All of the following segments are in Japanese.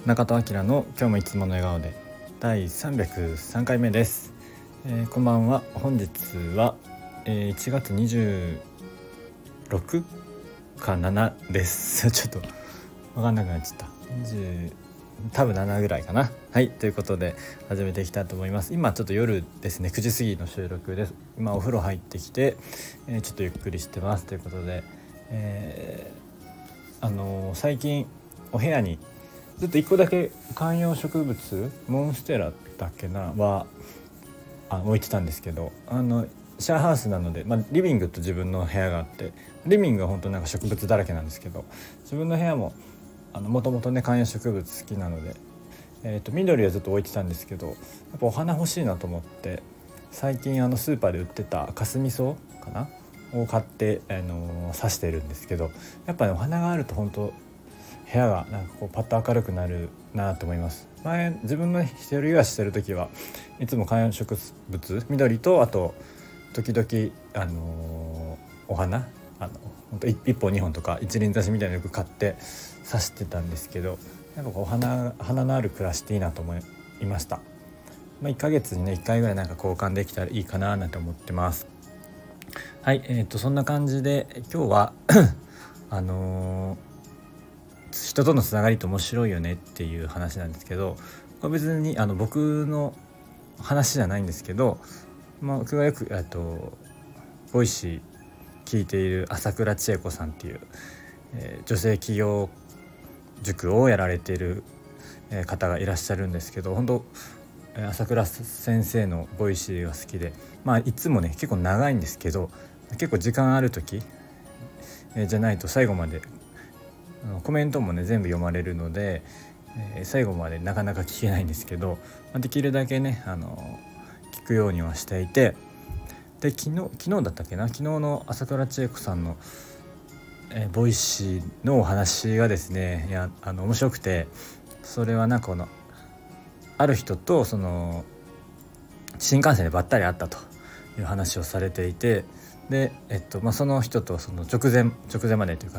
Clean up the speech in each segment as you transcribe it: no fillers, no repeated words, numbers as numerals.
中戸明の今日もいつもの笑顔で第303回目です。こんばんは。本日は、1月26か7ですちょっと分かんなくなっちゃった。多分7ぐらいかな。はい、ということで始めていきたいと思います。今ちょっと夜ですね、9時過ぎの収録です。今お風呂入ってきて、ちょっとゆっくりしてますということで、最近お部屋にずっと1個だけ観葉植物モンステラだっけなは置いてたんですけど、シェアハウスなので、リビングと自分の部屋があって、リビングは本当なんか植物だらけなんですけど、自分の部屋ももともとね観葉植物好きなので、緑はずっと置いてたんですけど、やっぱお花欲しいなと思って最近スーパーで売ってたカスミソかなを買って、挿してるんですけど、やっぱねお花があると本当部屋がなんかこうパッと明るくなるなと思います。前自分の一人暮らししてる時はいつも観葉植物緑とあと時々お花ほんと1本2本とか一輪挿しみたいなのよく買って挿してたんですけど、やっぱこう花のある暮らしっていいなと思いました。1ヶ月にね1回ぐらいなんか交換できたらいいかななんて思ってます。はい、そんな感じで今日は人とのつながりって面白いよねっていう話なんですけど、これ別に僕の話じゃないんですけど、僕がよくボイシー聞いている朝倉千恵子さんっていう、女性企業塾をやられている方がいらっしゃるんですけど、本当朝倉先生のボイシーが好きで、いつもね結構長いんですけど、結構時間ある時、じゃないと最後までコメントもね全部読まれるので、最後までなかなか聞けないんですけど、できるだけね聞くようにはしていて、で昨日だったっけな、昨日の朝倉千恵子さんの、ボイシーのお話がですね、面白くて、それはなんかある人と新幹線でばったり会ったという話をされていて、で、その人とその直前までというか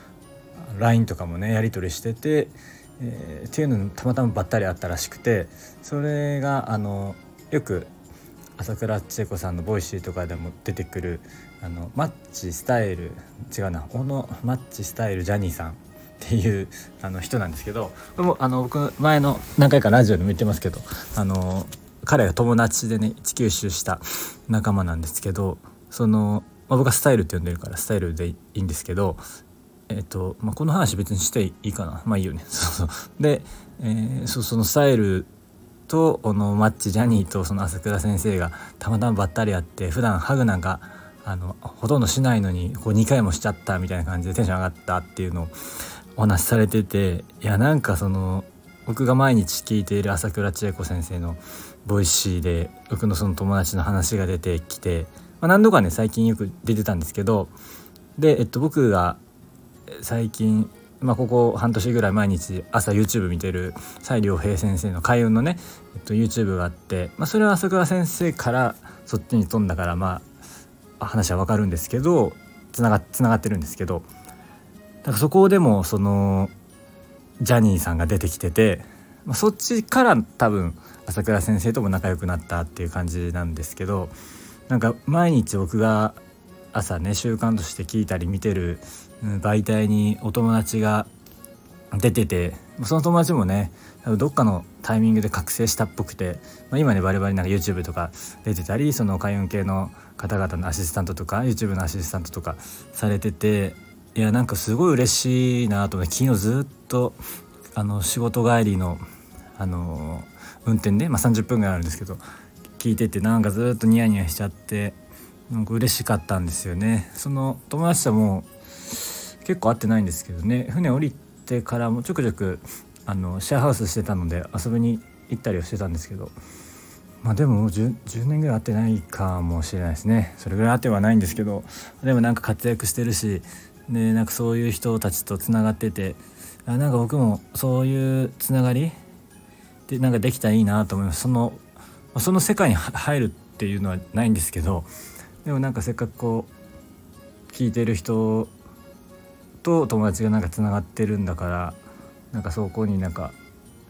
LINE とかもねやり取りしてて、っていうのたまたまばったり会ったらしくて、それがよく朝倉千恵子さんのボイシーとかでも出てくるマッチスタイル小野マッチスタイルジャニーさんっていう人なんですけど、これも僕前の何回かラジオでも言ってますけど、彼が友達でね一九州した仲間なんですけど、僕はスタイルって呼んでるからスタイルでいいんですけど、この話別にしていいかな、いいよねで、そのスタイルとマッチジャニーとその朝倉先生がたまたまばったり会って、普段ハグなんかほとんどしないのにこう2回もしちゃったみたいな感じでテンション上がったっていうのをお話しされてて、いやなんか僕が毎日聞いている朝倉千恵子先生のボイシーで僕のその友達の話が出てきて、何度かね最近よく出てたんですけど、で、僕が最近、ここ半年ぐらい毎日朝 YouTube 見てる蔡良平先生の開運のね、YouTube があって、それは朝倉先生からそっちに飛んだから話はわかるんですけど、つながってるんですけど、だからそこでもジャニーさんが出てきてて、そっちから多分朝倉先生とも仲良くなったっていう感じなんですけど、なんか毎日僕が朝ね習慣として聞いたり見てる媒体にお友達が出てて、その友達もねどっかのタイミングで覚醒したっぽくて、今ねバリバリなんか YouTube とか出てたり、その開運系の方々のアシスタントとか YouTube のアシスタントとかされてて、いやなんかすごい嬉しいなと思って、昨日ずっと仕事帰りの運転で、30分ぐらいあるんですけど聞いてて、なんかずっとニヤニヤしちゃって、なんか嬉しかったんですよね。その友達とも結構会ってないんですけどね、船降りてからもちょくちょくシェアハウスしてたので遊びに行ったりはしてたんですけど、でももう 10年ぐらい会ってないかもしれないですね。それぐらい会ってはないんですけど、でもなんか活躍してるし、でなんかそういう人たちとつながってて、なんか僕もそういうつながりでなんかできたらいいなと思います。その世界に入るっていうのはないんですけど、でもなんかせっかくこう聞いてる人と友達がなんかつながってるんだから、なんかそこになんか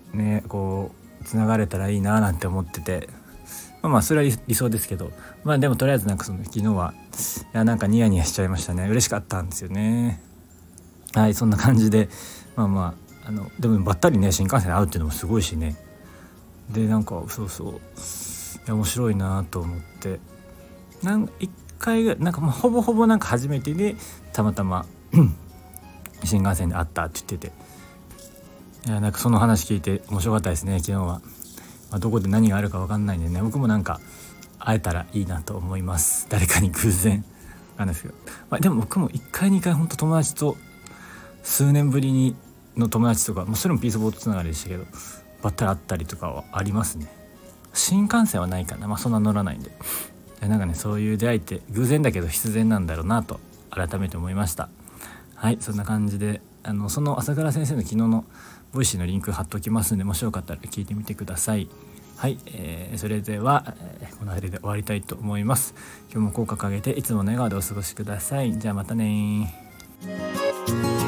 ねこうつながれたらいいななんて思ってて、まあそれは理想ですけど、まあでもとりあえずなんかその昨日はいやなんかニヤニヤしちゃいましたね。嬉しかったんですよね。はい、そんな感じででもばったりね新幹線で会うっていうのもすごいしね。でなんかそういや面白いなと思って、一回ぐらいなんかほぼほぼなんか初めてでたまたま新幹線で会ったって言ってて、いやなんかその話聞いて面白かったですね昨日は。どこで何があるか分かんないんでね、僕もなんか会えたらいいなと思います。誰かに偶然なんですけど、でも僕も1回2回本当友達と数年ぶりにの友達とか、それもピースボートつながりでしたけどばったり会ったりとかはありますね。新幹線はないかな、そんな乗らないんで。なんかねそういう出会いって偶然だけど必然なんだろうなと改めて思いました。はい、そんな感じでその朝倉先生の昨日のボイシーのリンク貼っておきますので、もしよかったら聞いてみてください。はい、それでは、この辺りで終わりたいと思います。今日も口角上げていつもの笑顔でお過ごしください。じゃあまたね。